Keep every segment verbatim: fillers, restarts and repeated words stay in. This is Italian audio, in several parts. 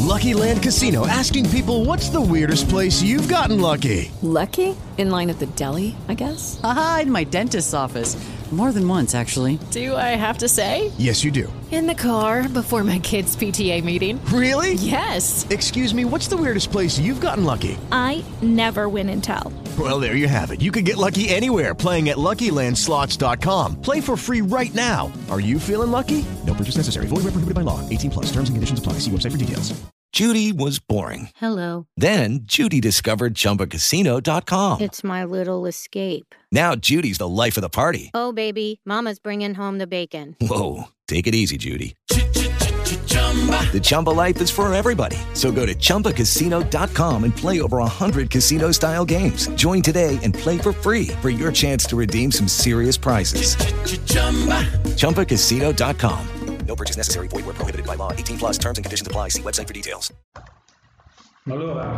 Lucky Land Casino, asking people, what's the weirdest place you've gotten lucky? Lucky? In line at the deli, I guess? Aha, in my dentist's office. More than once, actually. Do I have to say? Yes, you do. In the car before my kids' P T A meeting. Really? Yes. Excuse me, what's the weirdest place you've gotten lucky? I never win and tell. Well, there you have it. You can get lucky anywhere, playing at Lucky Land Slots dot com. Play for free right now. Are you feeling lucky? No purchase necessary. Void where prohibited by law. eighteen plus. Terms and conditions apply. See website for details. Judy was boring. Hello. Then Judy discovered Chumba Casino dot com. It's my little escape. Now Judy's the life of the party. Oh, baby, mama's bringing home the bacon. Whoa, take it easy, Judy. The Chumba life is for everybody. So go to Chumba Casino dot com and play over one hundred casino-style games. Join today and play for free for your chance to redeem some serious prizes. Chumba Casino dot com. No purchase necessary. Void where prohibited by law. eighteen plus. Terms and conditions apply. See website for details. Allora,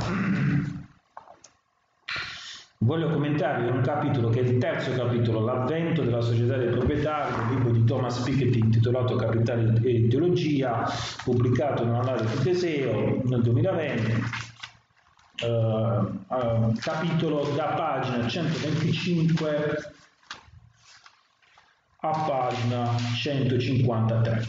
voglio commentare un capitolo che è il terzo capitolo, l'avvento della società dei proprietari, del libro di Thomas Piketty intitolato Capitale e ideologia, pubblicato nell'Annale di Teseo nel duemilaventi. Uh, uh, capitolo da pagina centoventicinque a pagina centocinquantatré.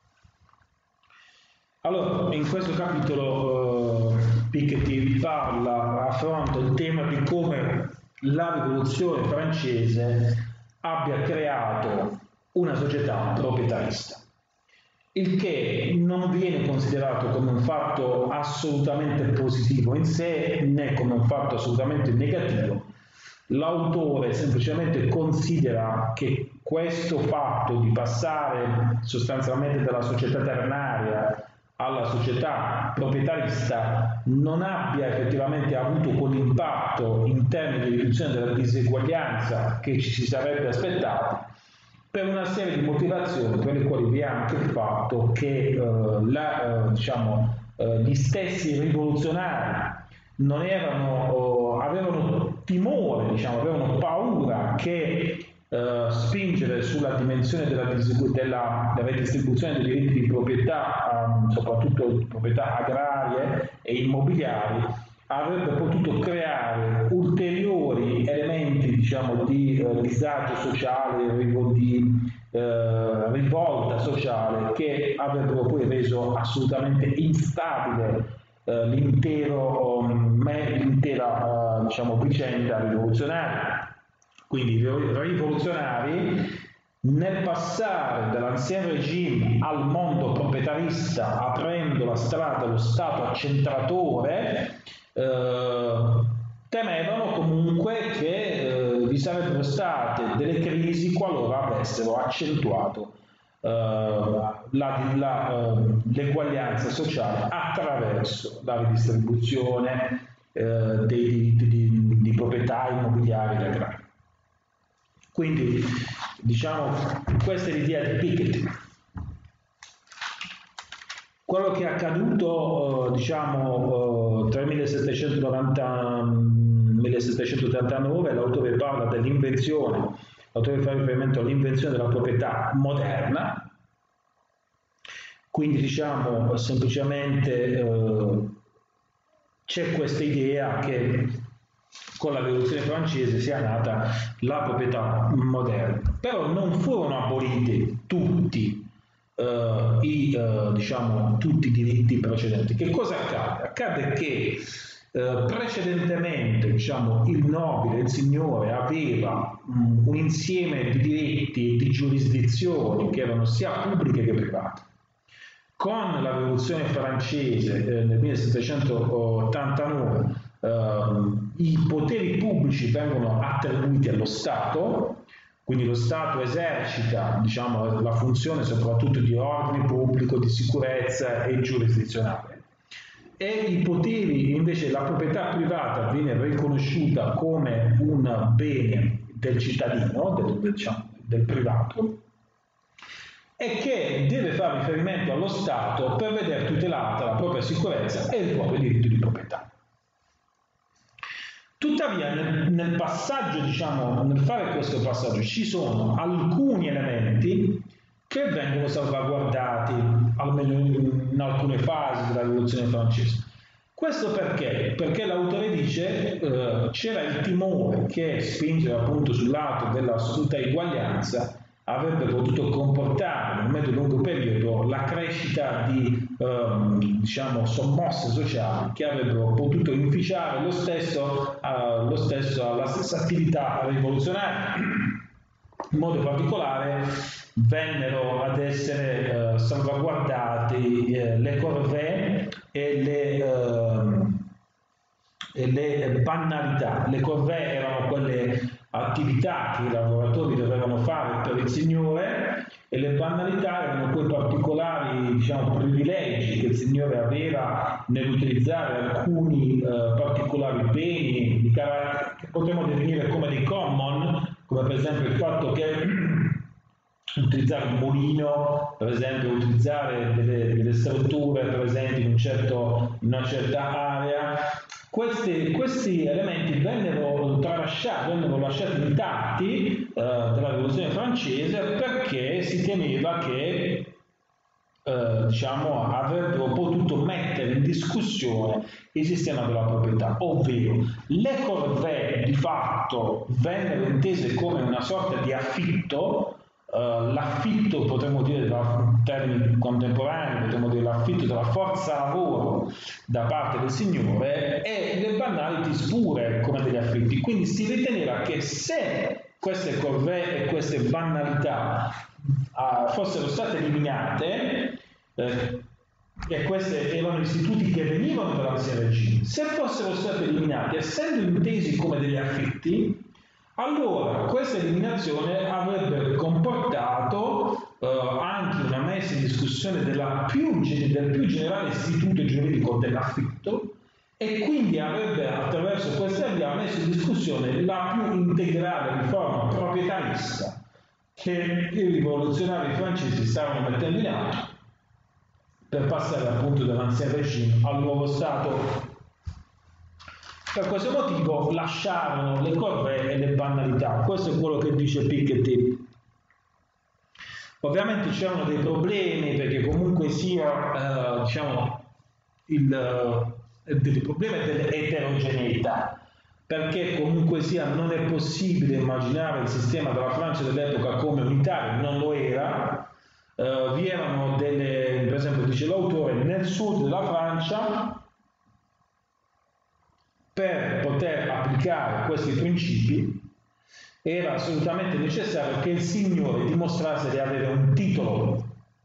Allora, in questo capitolo uh, Piketty parla, affronta il tema di come la rivoluzione francese abbia creato una società proprietarista, il che non viene considerato come un fatto assolutamente positivo in sé né come un fatto assolutamente negativo. L'autore semplicemente considera che questo fatto di passare sostanzialmente dalla società ternaria alla società proprietarista non abbia effettivamente avuto quell'impatto in termini di riduzione della diseguaglianza che ci si sarebbe aspettati, per una serie di motivazioni, tra le quali vi è anche il fatto che eh, la, eh, diciamo, eh, gli stessi rivoluzionari non erano, eh, avevano timore, diciamo, avevano paura che eh, spingere sulla dimensione della, della, della redistribuzione dei diritti di proprietà, um, soprattutto di proprietà agrarie e immobiliari, avrebbe potuto creare ulteriori elementi, diciamo, di eh, disagio sociale, di eh, rivolta sociale, che avrebbero poi reso assolutamente instabile eh, l'intero, um, l'intera uh, diciamo, vicenda rivoluzionaria. Quindi i rivoluzionari, nel passare dall'ancien regime al mondo proprietarista, aprendo la strada allo Stato accentratore, eh, temevano comunque che eh, vi sarebbero state delle crisi qualora avessero accentuato eh, la, la, eh, l'eguaglianza sociale attraverso la ridistribuzione eh, dei diritti di, di proprietà immobiliari e agrarie. Quindi, diciamo, questa è l'idea di Piketty. Quello che è accaduto, eh, diciamo, eh, tra il millesettecentonovanta millesettecentottantanove, l'autore parla dell'invenzione, l'autore fa riferimento all'invenzione della proprietà moderna, quindi, diciamo, semplicemente eh, c'è questa idea che con la rivoluzione francese sia nata la proprietà moderna, però non furono aboliti tutti uh, i uh, diciamo tutti i diritti precedenti. Che cosa accade? Accade che uh, precedentemente, diciamo, il nobile, il signore aveva um, un insieme di diritti e di giurisdizioni che erano sia pubbliche che private. Con la rivoluzione francese eh, nel millesettecentottantanove Uh, i poteri pubblici vengono attribuiti allo Stato, quindi lo Stato esercita, diciamo, la funzione soprattutto di ordine pubblico, di sicurezza e giurisdizionale, e i poteri, invece la proprietà privata viene riconosciuta come un bene del cittadino, del, diciamo, del privato, e che deve fare riferimento allo Stato per vedere tutelata la propria sicurezza e il proprio diritto di proprietà. Tuttavia nel, nel passaggio, diciamo, nel fare questo passaggio ci sono alcuni elementi che vengono salvaguardati, almeno in, in alcune fasi della rivoluzione francese. Questo perché? Perché l'autore dice eh, c'era il timore che spingere appunto sul lato della assoluta eguaglianza avrebbe potuto comportare nel medio-lungo periodo la crescita di eh, diciamo sommosse sociali che avrebbero potuto inficiare lo stesso, eh, lo stesso alla stessa attività rivoluzionaria. In modo particolare vennero ad essere eh, salvaguardati eh, le corvée e le, eh, e le banalità. Le corvée erano quelle attività che i lavoratori dovevano fare per il Signore e le banalità erano quei particolari, diciamo, privilegi che il Signore aveva nell'utilizzare alcuni eh, particolari beni di carattere che potremmo definire come dei common, come per esempio il fatto che utilizzare un mulino, per esempio utilizzare delle, delle strutture presenti in, un certo, in una certa area. Questi, questi elementi vennero tralasciati, vennero lasciati intatti eh, dalla rivoluzione francese perché si temeva che eh, diciamo, avrebbero potuto mettere in discussione il sistema della proprietà, ovvero le corvée di fatto vennero intese come una sorta di affitto. Uh, l'affitto, potremmo dire in termini contemporanei, potremmo dire l'affitto della forza lavoro da parte del Signore, e le banalities pure come degli affitti. Quindi si riteneva che se queste corvée e queste banalità uh, fossero state eliminate, eh, e questi erano istituti che venivano dall'Ancien Regime, se fossero state eliminate essendo intesi come degli affitti, allora questa eliminazione avrebbe comportato eh, anche una messa in discussione della più, del più generale istituto giuridico dell'affitto, e quindi avrebbe attraverso questa via messo in discussione la più integrale riforma proprietarista che i rivoluzionari francesi stavano mettendo in atto per passare appunto dall'Ancien Regime al nuovo Stato. Per questo motivo lasciarono le corvée e le banalità. Questo è quello che dice Piketty. Ovviamente c'erano dei problemi, perché comunque sia eh, diciamo il, il problema è dell'eterogeneità, perché comunque sia non è possibile immaginare il sistema della Francia dell'epoca come unitario, non lo era. Uh, vi erano delle, per esempio dice l'autore, nel sud della Francia, per poter applicare questi principi era assolutamente necessario che il Signore dimostrasse di avere un titolo.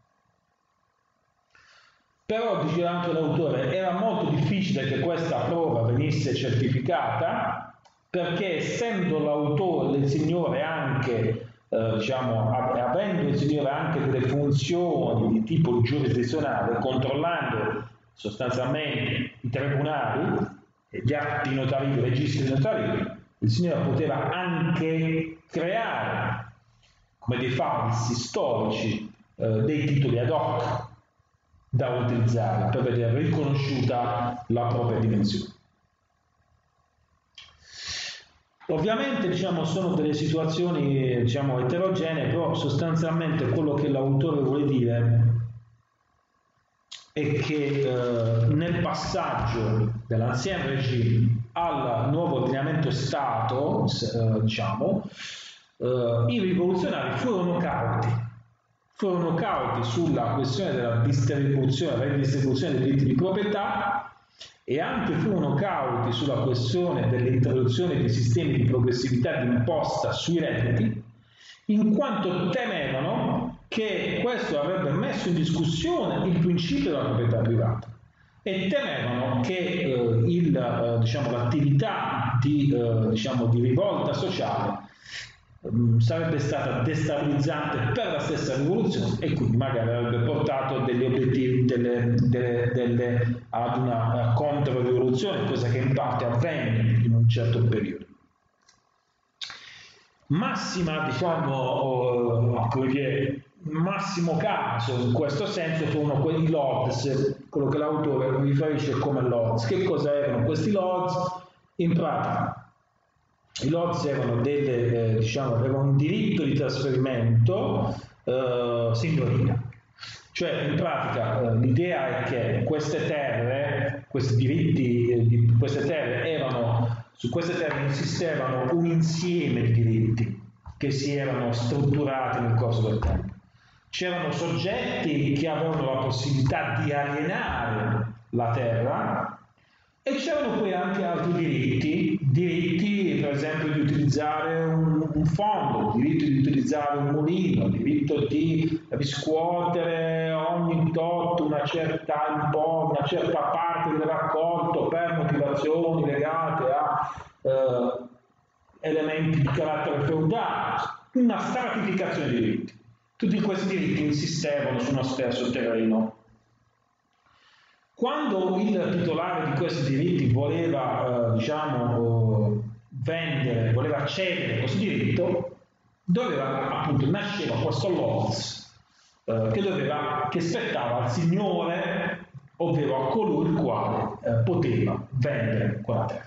Però, dice anche l'autore, era molto difficile che questa prova venisse certificata, perché essendo l'autore del Signore anche eh, diciamo, avendo il Signore anche delle funzioni di tipo giurisdizionale, controllando sostanzialmente i tribunali, gli atti notarili, i registri notarili, il Signore poteva anche creare come dei falsi storici eh, dei titoli ad hoc da utilizzare per vedere riconosciuta la propria dimensione. Ovviamente diciamo, sono delle situazioni diciamo, eterogenee, però sostanzialmente quello che l'autore vuole dire è che eh, nel passaggio dell'Ancien Regime al nuovo ordinamento Stato, eh, diciamo, eh, i rivoluzionari furono cauti, furono cauti sulla questione della distribuzione, la redistribuzione dei diritti di proprietà, e anche furono cauti sulla questione dell'introduzione di sistemi di progressività di imposta sui redditi, in quanto temevano che questo avrebbe messo in discussione il principio della proprietà privata, e temevano che eh, il, eh, diciamo, l'attività di, eh, diciamo, di rivolta sociale um, sarebbe stata destabilizzante per la stessa rivoluzione, e quindi magari avrebbe portato degli obiettivi delle, delle, delle, ad una uh, controrivoluzione, cosa che in parte avvenne in un certo periodo. Massima, diciamo, uh, come dire, massimo caso in questo senso sono quelli lords, quello che l'autore riferisce come lords. Che cosa erano questi lords? In pratica i lords erano delle, eh, diciamo, avevano un diritto di trasferimento eh, signoria. Cioè, in pratica, eh, l'idea è che queste terre, questi diritti eh, di queste terre erano, su queste terre insistevano un insieme di diritti che si erano strutturati nel corso del tempo. C'erano soggetti che avevano la possibilità di alienare la terra e c'erano poi anche altri diritti, diritti per esempio di utilizzare un, un fondo, diritto di utilizzare un mulino, diritto di riscuotere ogni tot una certa, un po', una certa parte del raccolto per motivazioni legate a eh, elementi di carattere feudale, una stratificazione di diritti. Tutti questi diritti insistevano su uno stesso terreno. Quando il titolare di questi diritti voleva, eh, diciamo, eh, vendere, voleva cedere questo diritto, doveva, appunto, nasceva questo loz eh, che doveva, che spettava al signore, ovvero a colui il quale eh, poteva vendere quella terra.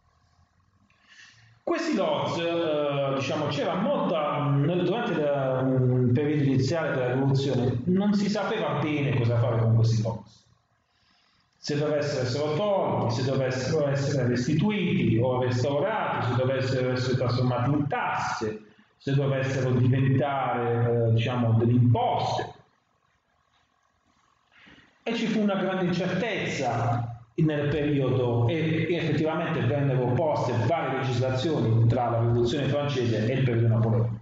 Questi lots, eh, diciamo, c'era molta, durante il periodo iniziale della rivoluzione non si sapeva bene cosa fare con questi lots. Se dovessero essere tolti, se dovessero essere restituiti o restaurati, se dovessero essere trasformati in tasse, se dovessero diventare, eh, diciamo, delle imposte. E ci fu una grande incertezza nel periodo e effettivamente vennero poste varie legislazioni tra la rivoluzione francese e il periodo napoleonico.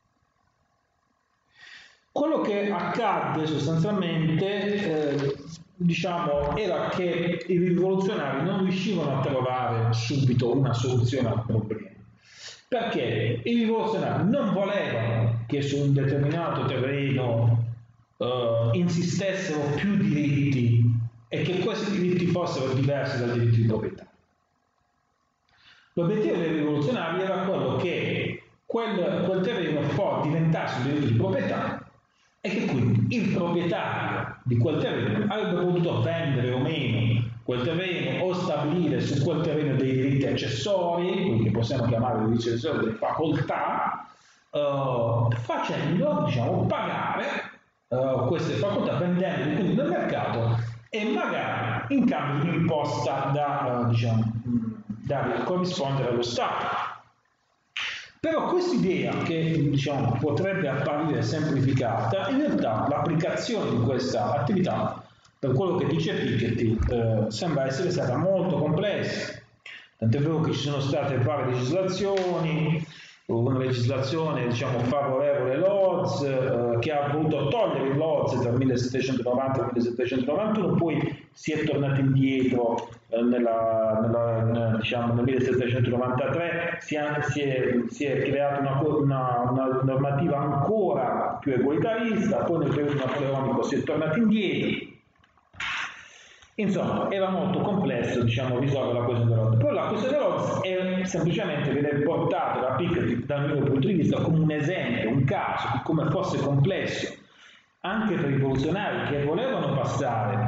Quello che accadde sostanzialmente eh, diciamo era che i rivoluzionari non riuscivano a trovare subito una soluzione al problema, perché i rivoluzionari non volevano che su un determinato terreno eh, insistessero più diritti e che questi diritti fossero diversi dal diritto di proprietà. L'obiettivo dei rivoluzionari era quello che quel, quel terreno poi diventasse un diritto di proprietà e che quindi il proprietario di quel terreno avrebbe potuto vendere o meno quel terreno o stabilire su quel terreno dei diritti accessori, quelli che possiamo chiamare dei diritti accessori, delle facoltà, eh, facendo, diciamo, pagare eh, queste facoltà, vendendole quindi nel mercato e magari in cambio di un'imposta da, uh, diciamo, da corrispondere allo Stato. Però quest'idea, che diciamo, potrebbe apparire semplificata, in realtà l'applicazione di questa attività, per quello che dice Piketty, eh, sembra essere stata molto complessa. Tant'è vero che ci sono state varie legislazioni, una legislazione, diciamo, favorevole ai Lodz, eh, che ha voluto togliere i Lodz tra il millesettecentonovanta e il millesettecentonovantuno, poi si è tornato indietro eh, nella, nella, nella, diciamo, nel millesettecentonovantatré, si è, si è, si è creata una, una, una normativa ancora più egualitarista, poi nel periodo napoleonico si è tornato indietro. Insomma, era molto complesso, diciamo, risolvere la questione dell'O D. Però la questione dell'O D è semplicemente viene portata da Piketty, dal mio punto di vista, come un esempio, un caso di come fosse complesso anche per i rivoluzionari che volevano passare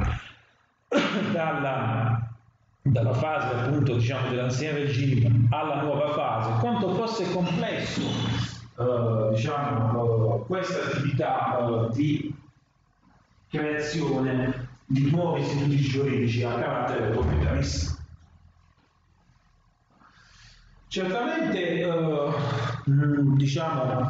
dalla, dalla fase, appunto, diciamo, dell'ancien regime alla nuova fase, quanto fosse complesso eh, diciamo, eh, questa attività eh, di creazione di nuovi istituti giuridici a carattere proprietarista. Certamente, eh, diciamo,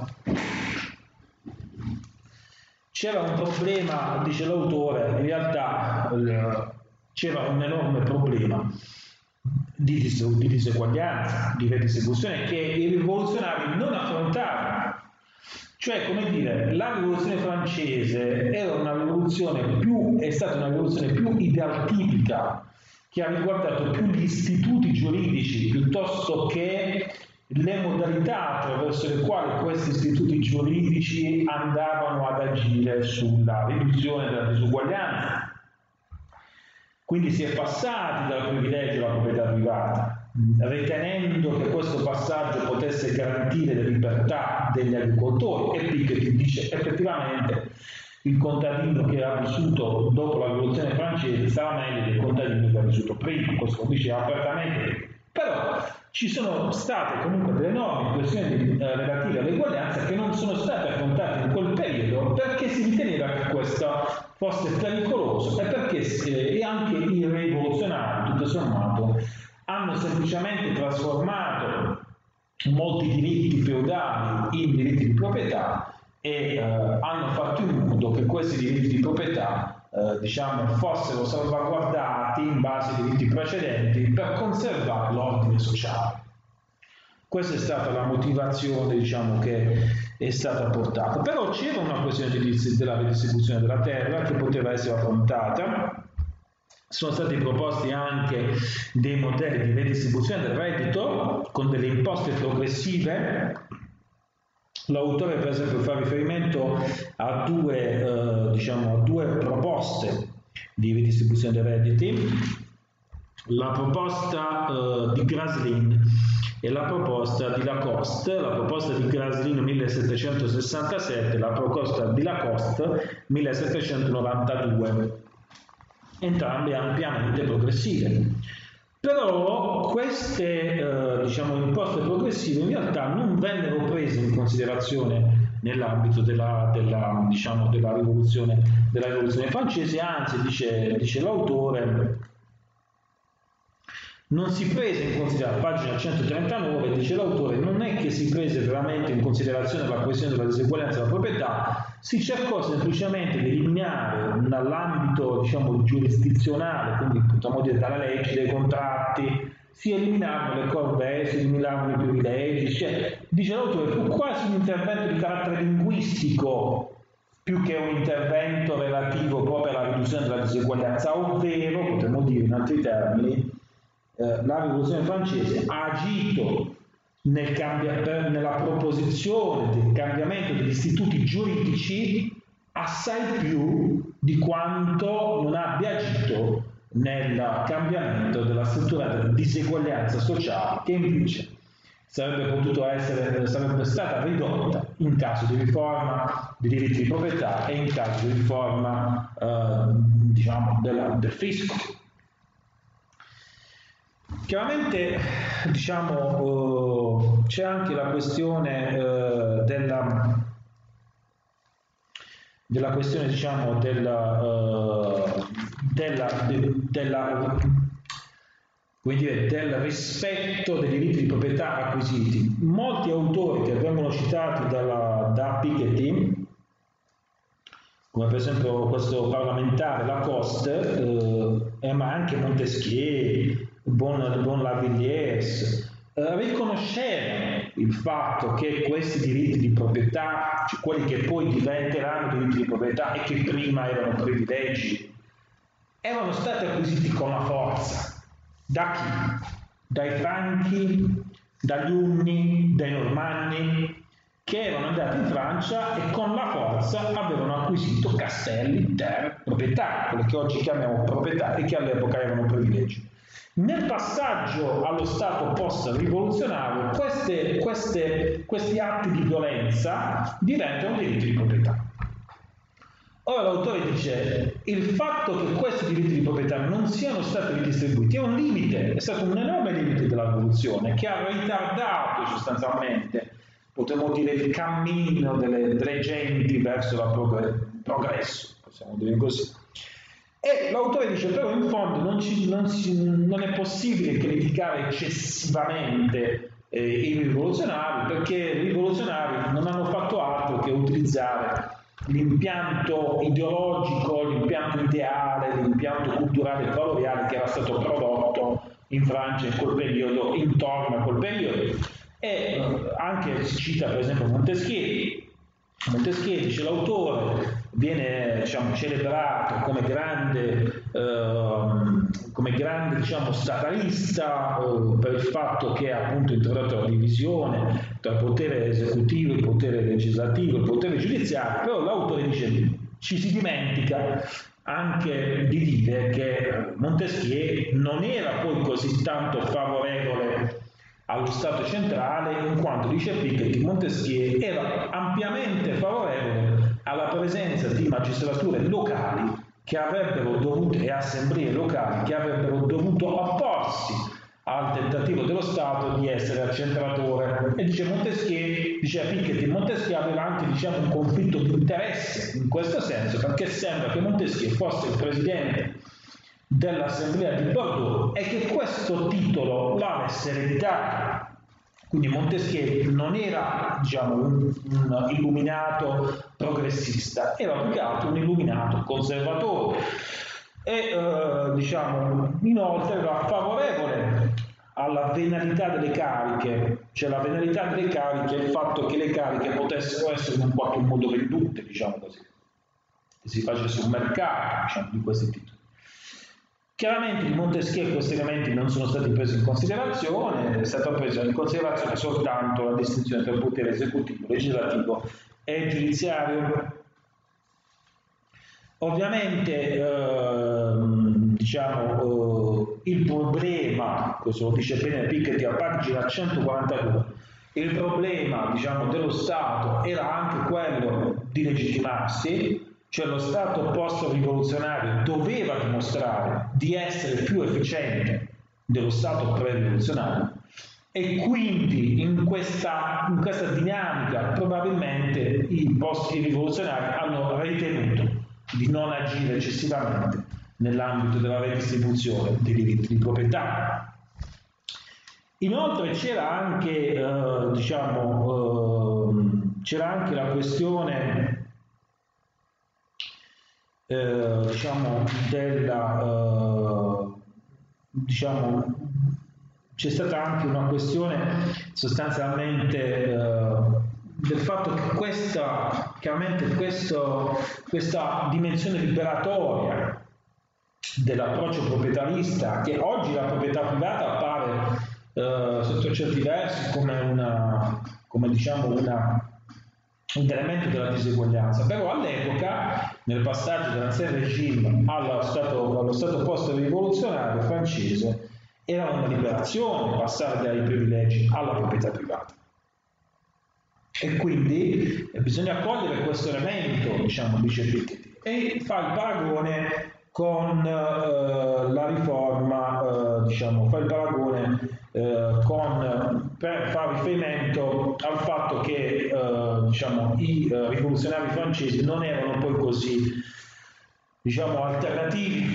c'era un problema, dice l'autore, in realtà eh, c'era un enorme problema di, dis- di diseguaglianza, di redistribuzione che i rivoluzionari non affrontavano. Cioè, come dire, la rivoluzione francese era una rivoluzione più, è stata una rivoluzione più idealtipica, che ha riguardato più gli istituti giuridici piuttosto che le modalità attraverso le quali questi istituti giuridici andavano ad agire sulla riduzione della disuguaglianza. Quindi si è passati dal privilegio alla proprietà privata, ritenendo che questo passaggio potesse garantire le libertà degli agricoltori, e Piketty dice effettivamente il contadino che ha vissuto dopo la rivoluzione francese stava meglio del contadino che ha vissuto prima. Questo lo dice apertamente Però ci sono state comunque delle norme in questioni eh, relative all'eguaglianza che non sono state affrontate in quel periodo perché si riteneva che questo fosse pericoloso e perché eh, e anche i rivoluzionari, tutto sommato, hanno semplicemente trasformato molti diritti feudali in diritti di proprietà e eh, hanno fatto in modo che questi diritti di proprietà Eh, diciamo fossero salvaguardati in base ai diritti precedenti per conservare l'ordine sociale. Questa è stata la motivazione, diciamo, che è stata portata. Però c'era una questione della redistribuzione della terra che poteva essere affrontata. Sono stati proposti anche dei modelli di redistribuzione del reddito con delle imposte progressive. L'autore per esempio fa riferimento a due, eh, diciamo, a due proposte di ridistribuzione dei redditi, la proposta eh, di Graslin e la proposta di Lacoste. La proposta di Graslin millesettecentosessantasette, la proposta di Lacoste millesettecentonovantadue, entrambe ampiamente progressive. Però queste eh, diciamo, imposte progressive in realtà non vennero prese in considerazione nell'ambito della, della, diciamo, della, rivoluzione, della rivoluzione francese, anzi dice, dice l'autore, non si prese in considerazione, pagina centotrentanove, dice l'autore, non è che si prese veramente in considerazione la questione della diseguaglianza della proprietà, si cercò semplicemente di eliminare dall'ambito, diciamo, giurisdizionale, quindi potremmo dire dalla legge, dai contratti, si eliminavano le corvée, si eliminavano i privilegi, cioè, dice l'autore, fu quasi un intervento di carattere linguistico più che un intervento relativo proprio alla riduzione della diseguaglianza, ovvero, potremmo dire in altri termini, la rivoluzione francese ha agito nel cambia, nella proposizione del cambiamento degli istituti giuridici assai più di quanto non abbia agito nel cambiamento della struttura della diseguaglianza sociale, che invece sarebbe potuto essere, sarebbe stata ridotta in caso di riforma dei diritti di proprietà e in caso di riforma eh, diciamo della, del fisco. Chiaramente, diciamo, uh, c'è anche la questione uh, della, della questione, diciamo, della, uh, della, de, della come dire, del rispetto dei diritti di proprietà acquisiti. Molti autori che vengono citati dalla, da Piketty, come per esempio questo parlamentare Lacoste, eh, ma anche Montesquieu, Bon, bon Lavilliers, eh, riconoscevano il fatto che questi diritti di proprietà, cioè quelli che poi diventeranno diritti di proprietà e che prima erano privilegi, erano stati acquisiti con la forza. Da chi? Dai Franchi, dagli Unni, dai Normanni, che erano andati in Francia e con la forza avevano acquisito castelli, terre, proprietà, quelle che oggi chiamiamo proprietà e che all'epoca erano privilegi. Nel passaggio allo Stato post-rivoluzionario, queste, queste, questi atti di violenza diventano diritti di proprietà. Ora l'autore dice, il fatto che questi diritti di proprietà non siano stati ridistribuiti è un limite, è stato un enorme limite della rivoluzione che ha ritardato sostanzialmente, potremmo dire, il cammino delle, delle genti verso il progresso, possiamo dire così. E l'autore dice, però in fondo non, ci, non, si, non è possibile criticare eccessivamente eh, i rivoluzionari, perché i rivoluzionari non hanno fatto altro che utilizzare l'impianto ideologico, l'impianto ideale, l'impianto culturale e valoriale che era stato prodotto in Francia in quel periodo, intorno a quel periodo. E eh, anche si cita per esempio Montesquieu. Montesquieu, dice l'autore, viene, diciamo, celebrato come grande, eh, come grande diciamo, statalista eh, per il fatto che ha appunto introdotto la divisione tra il potere esecutivo, il potere legislativo, il potere giudiziario, però l'autore dice, ci si dimentica anche di dire che Montesquieu non era poi così tanto favorevole allo Stato centrale, in quanto, dice Piketty, Montesquieu era ampiamente favorevole alla presenza di magistrature locali che avrebbero dovuto, e assemblee locali che avrebbero dovuto opporsi al tentativo dello Stato di essere accentratore. E dice Montesquieu, diceva Piketty, Montesquieu aveva anche, diciamo, un conflitto di interesse in questo senso, perché sembra che Montesquieu fosse il presidente dell'Assemblea di Bordeaux e che questo titolo l'avesse ereditato. Quindi Montesquieu non era, diciamo, un, un illuminato progressista, era più che altro un illuminato conservatore e eh, diciamo, inoltre era favorevole alla venalità delle cariche, cioè la venalità delle cariche è il fatto che le cariche potessero essere in un qualche modo vendute, diciamo così, che si facesse un mercato, diciamo, di questi titoli. Chiaramente di Montesquieu questi elementi non sono stati presi in considerazione, è stata presa in considerazione soltanto la distinzione tra il potere esecutivo, legislativo e giudiziario. Ovviamente eh, diciamo, eh, il problema, questo lo dice bene Piketty a pagina centoquarantadue, il problema, diciamo, dello Stato era anche quello di legittimarsi. Cioè lo Stato post-rivoluzionario doveva dimostrare di essere più efficiente dello Stato pre-rivoluzionario e quindi in questa, in questa dinamica probabilmente i post-rivoluzionari hanno ritenuto di non agire eccessivamente nell'ambito della redistribuzione dei diritti di proprietà. Inoltre c'era anche, eh, diciamo, eh, c'era anche la questione Eh, diciamo della eh, diciamo c'è stata anche una questione sostanzialmente eh, del fatto che questa chiaramente questo, questa dimensione liberatoria dell'approccio proprietarista, che oggi la proprietà privata appare eh, sotto certi versi come una come diciamo una un elemento della diseguaglianza, però all'epoca, nel passaggio dall'ancien regime allo stato, allo stato post-rivoluzionario francese, era una liberazione passare dai privilegi alla proprietà privata. E quindi eh, bisogna cogliere questo elemento, diciamo, dice Piketty, e fa il paragone con eh, la riforma, eh, diciamo, fa il paragone eh, con, per fare riferimento al fatto che eh, diciamo, i eh, rivoluzionari francesi non erano poi così, diciamo, alternativi.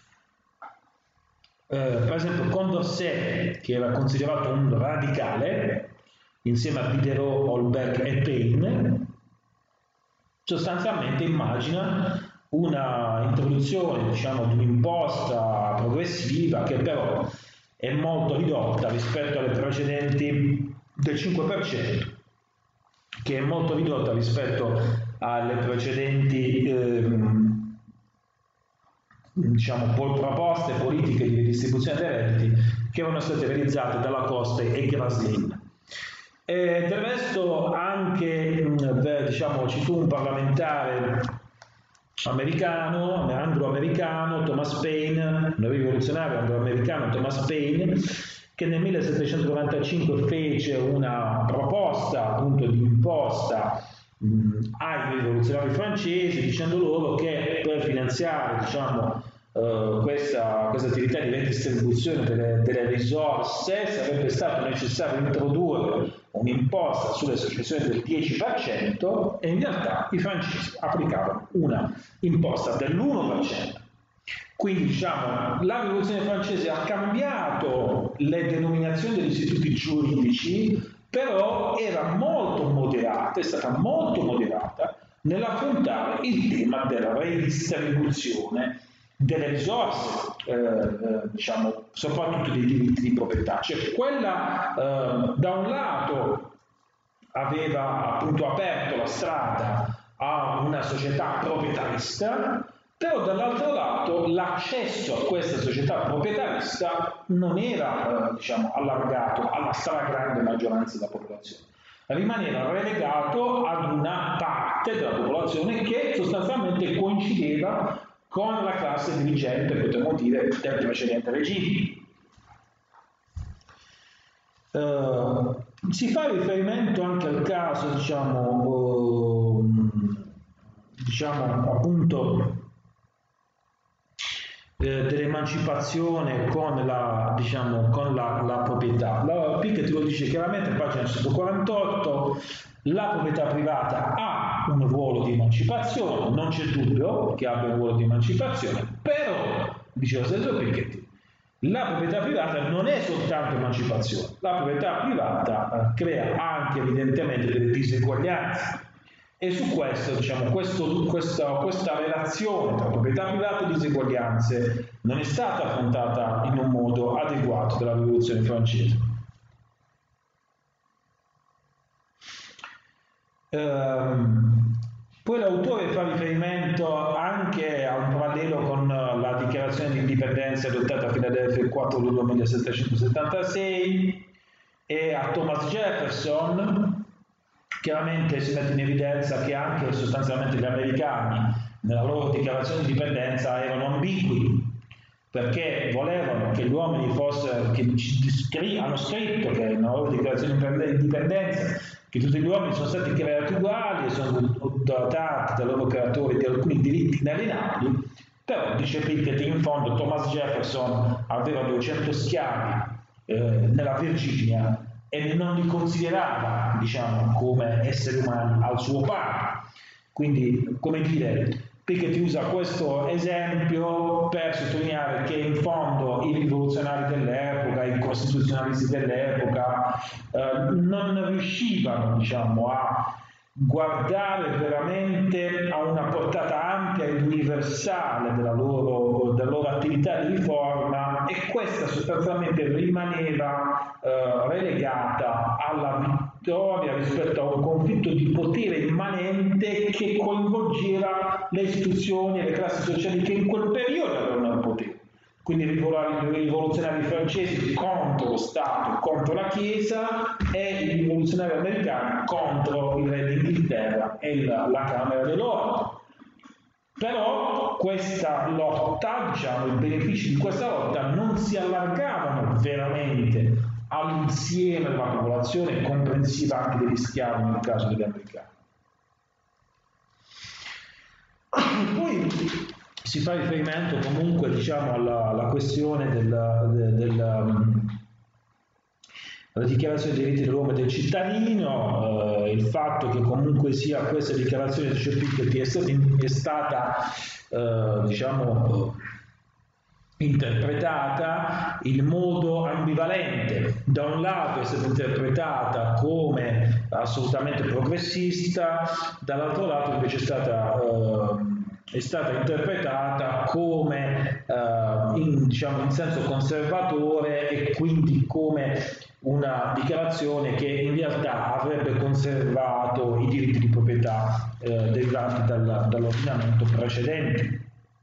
Eh, per esempio Condorcet, che era considerato un radicale, insieme a Diderot, Holbach e Paine, sostanzialmente immagina una introduzione, diciamo, di un'imposta progressiva che però è molto ridotta rispetto alle precedenti del cinque per cento, che è molto ridotta rispetto alle precedenti ehm, diciamo, proposte politiche di ridistribuzione dei redditi che erano state realizzate dalla Coste e Graslin. E del resto anche, diciamo, ci fu un parlamentare americano, anglo-americano, Thomas Paine, un rivoluzionario anglo-americano, Thomas Paine, che nel millesettecentonovantacinque fece una proposta appunto di imposta mh, ai rivoluzionari francesi, dicendo loro che per finanziare, diciamo, Uh, questa, questa attività di redistribuzione delle, delle risorse sarebbe stato necessario introdurre un'imposta sulle successioni del dieci per cento e in realtà i francesi applicavano una imposta dell'uno per cento. Quindi, diciamo, la rivoluzione francese ha cambiato le denominazioni degli istituti giuridici, però era molto moderata, è stata molto moderata nell'affrontare il tema della redistribuzione delle risorse, eh, eh, diciamo, soprattutto dei diritti di proprietà. Cioè quella, eh, da un lato, aveva appunto aperto la strada a una società proprietarista, però dall'altro lato l'accesso a questa società proprietarista non era, eh, diciamo, allargato alla stragrande maggioranza della popolazione, rimaneva relegato ad una parte della popolazione che sostanzialmente coincideva con la classe dirigente, potremmo dire, del precedente regime. Uh, si fa riferimento anche al caso, diciamo, uh, diciamo appunto eh, dell'emancipazione con la, diciamo, con la, la proprietà. La Piketty lo dice chiaramente, pagina centoquarantotto, la proprietà privata ha un ruolo di emancipazione, non c'è dubbio che abbia un ruolo di emancipazione, però, dice lo stesso Piketty, la proprietà privata non è soltanto emancipazione, la proprietà privata eh, crea anche evidentemente delle diseguaglianze, e su questo, diciamo, questo, questa, questa relazione tra proprietà privata e diseguaglianze non è stata affrontata in un modo adeguato dalla rivoluzione francese. Ehm, poi l'autore fa riferimento anche a un parallelo con la dichiarazione di indipendenza adottata a Filadelfia il quattro luglio millesettecentosettantasei e a Thomas Jefferson. Chiaramente si mette in evidenza che anche sostanzialmente gli americani nella loro dichiarazione di indipendenza erano ambigui, perché volevano che gli uomini fossero, che hanno scritto che nella loro dichiarazione di indipendenza che tutti gli uomini sono stati creati uguali e sono dotati dai loro creatori di alcuni diritti inalienabili, però dice Piketty in fondo Thomas Jefferson aveva duecento schiavi eh, nella Virginia e non li considerava, diciamo, come esseri umani al suo pari. Quindi, come dire, Piketty usa questo esempio per sottolineare che in fondo i rivoluzionari dell'epoca, i costituzionalisti dell'epoca eh, non riuscivano, diciamo, a guardare veramente a una portata ampia ed universale della loro, della loro attività di riforma, e questa sostanzialmente rimaneva eh, relegata alla vittoria rispetto a un conflitto di potere immanente che coinvolgeva le istituzioni e le classi sociali che in quel periodo avevano il potere. Quindi i rivoluzionari francesi contro lo Stato, contro la Chiesa, e i rivoluzionari americani contro il re d'Inghilterra e la, la Camera dei Lord. Però questa lotta, diciamo, i benefici di questa lotta non si allargavano veramente all'insieme della popolazione, comprensiva anche degli schiavi nel caso degli americani. Poi si fa riferimento comunque, diciamo, alla, alla questione della, della, della, della dichiarazione dei diritti dell'uomo e del cittadino, eh, il fatto che comunque sia questa dichiarazione di Piketty è stata, è stata eh, diciamo, interpretata in modo ambivalente. Da un lato è stata interpretata come assolutamente progressista, dall'altro lato invece è stata eh, è stata interpretata come eh, in, diciamo, in senso conservatore, e quindi come una dichiarazione che in realtà avrebbe conservato i diritti di proprietà eh, derivanti dal, dall'ordinamento precedente.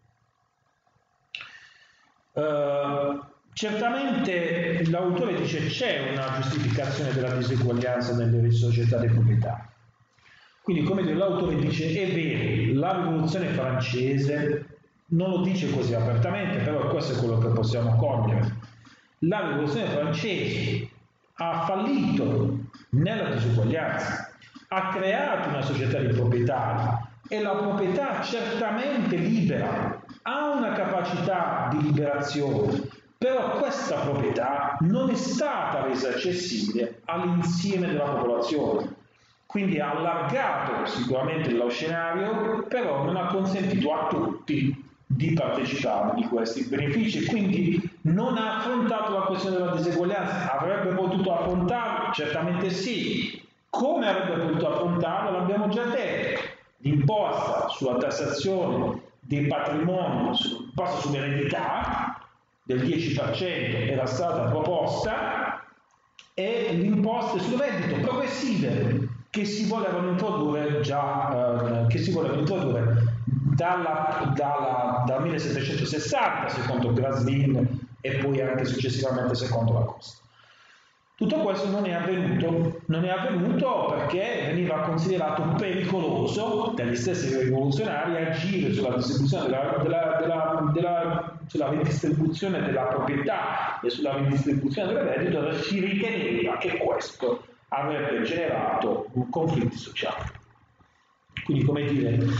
Uh, certamente l'autore dice c'è una giustificazione della diseguaglianza nelle società di proprietà. Quindi, come dire, l'autore dice è vero, la rivoluzione francese non lo dice così apertamente, però questo è quello che possiamo cogliere. La rivoluzione francese ha fallito nella disuguaglianza, ha creato una società di proprietari, e la proprietà certamente libera, ha una capacità di liberazione, però questa proprietà non è stata resa accessibile all'insieme della popolazione. Quindi ha allargato sicuramente lo scenario, però non ha consentito a tutti di partecipare di questi benefici, quindi non ha affrontato la questione della diseguaglianza. Avrebbe potuto affrontarlo? Certamente sì. Come avrebbe potuto affrontarlo? L'abbiamo già detto. L'imposta sulla tassazione dei patrimoni, l'imposta sull'eredità del dieci per cento era stata proposta, e l'imposta sul reddito progressive che si volevano introdurre già eh, che si volevano introdurre dalla, dalla, dal millesettecentosessanta secondo Graslin e poi anche successivamente secondo Lacoste. Tutto questo non è avvenuto, non è avvenuto perché veniva considerato pericoloso dagli stessi rivoluzionari agire sulla distribuzione della, della, della, della, sulla ridistribuzione della proprietà e sulla ridistribuzione del reddito, dove si riteneva che questo avrebbe generato conflitti sociali. Quindi, come dire,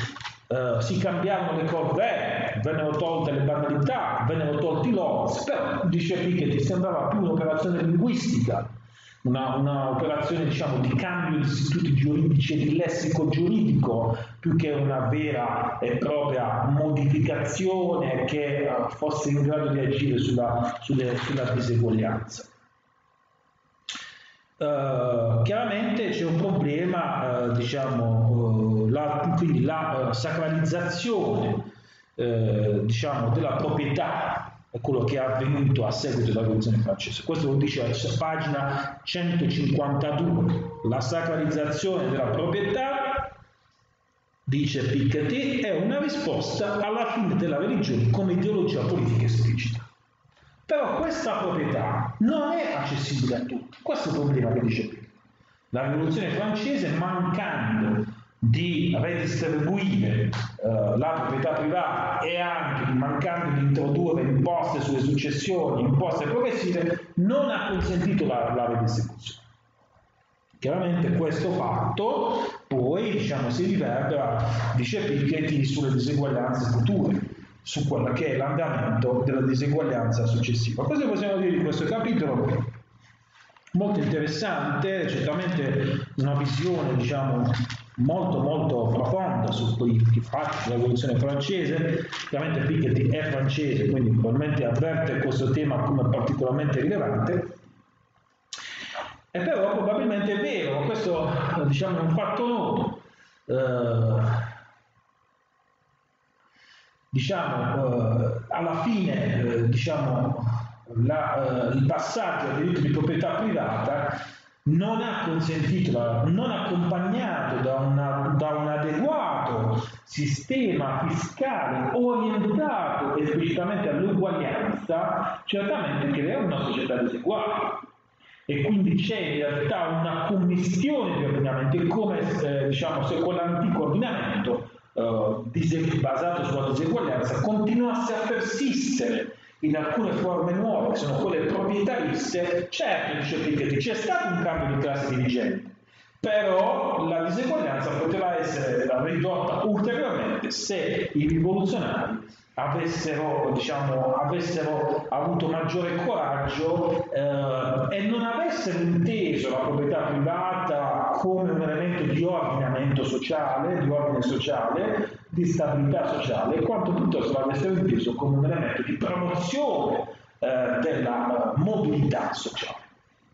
Uh, si cambiarono le corvée, vennero tolte le banalità, vennero tolti i logos, però dice Piketty sembrava più un'operazione linguistica, una, una operazione diciamo di cambio di istituti giuridici e di lessico giuridico, più che una vera e propria modificazione che uh, fosse in grado di agire sulla, sulle, sulla diseguaglianza. Uh, chiaramente c'è un problema, uh, diciamo, uh, la, quindi la uh, sacralizzazione uh, diciamo, della proprietà è quello che è avvenuto a seguito della rivoluzione francese. Questo lo dice a pagina centocinquantadue. La sacralizzazione della proprietà, dice Piketty, è una risposta alla fine della religione come ideologia politica esplicita. Però questa proprietà non è accessibile a tutti. Questo è il problema che dice Piketty. La rivoluzione francese, mancando di redistribuire eh, la proprietà privata e anche mancando di introdurre imposte sulle successioni, imposte progressive, non ha consentito la, la redistribuzione. Chiaramente questo fatto poi diciamo, si riverbera, dice Piketty, sulle diseguaglianze future, su quello che è l'andamento della diseguaglianza successiva. Cosa possiamo dire di questo capitolo? Molto interessante, certamente una visione diciamo molto molto profonda su quei fatti della rivoluzione francese. Chiaramente Piketty è francese, quindi probabilmente avverte questo tema come particolarmente rilevante, e però probabilmente è vero, questo diciamo è un fatto noto. Eh, diciamo eh, alla fine eh, diciamo la, eh, il passaggio al diritto di proprietà privata non ha consentito, la, non accompagnato da, una, da un adeguato sistema fiscale orientato esplicitamente all'uguaglianza, certamente crea una società diseguale. E quindi c'è in realtà una commistione di ordinamenti, come eh, diciamo se quell'antico ordinamento Uh, basato sulla diseguaglianza continuasse a persistere in alcune forme nuove, che sono quelle proprietariste. Certo, dice Piketty, c'è stato un cambio di classe dirigente, però la diseguaglianza poteva essere ridotta ulteriormente se i rivoluzionari avessero, diciamo, avessero avuto maggiore coraggio eh, e non avessero inteso la proprietà privata come un elemento di ordinamento sociale, di ordine sociale, di stabilità sociale, quanto piuttosto l'avessero inteso come un elemento di promozione eh, della uh, mobilità sociale.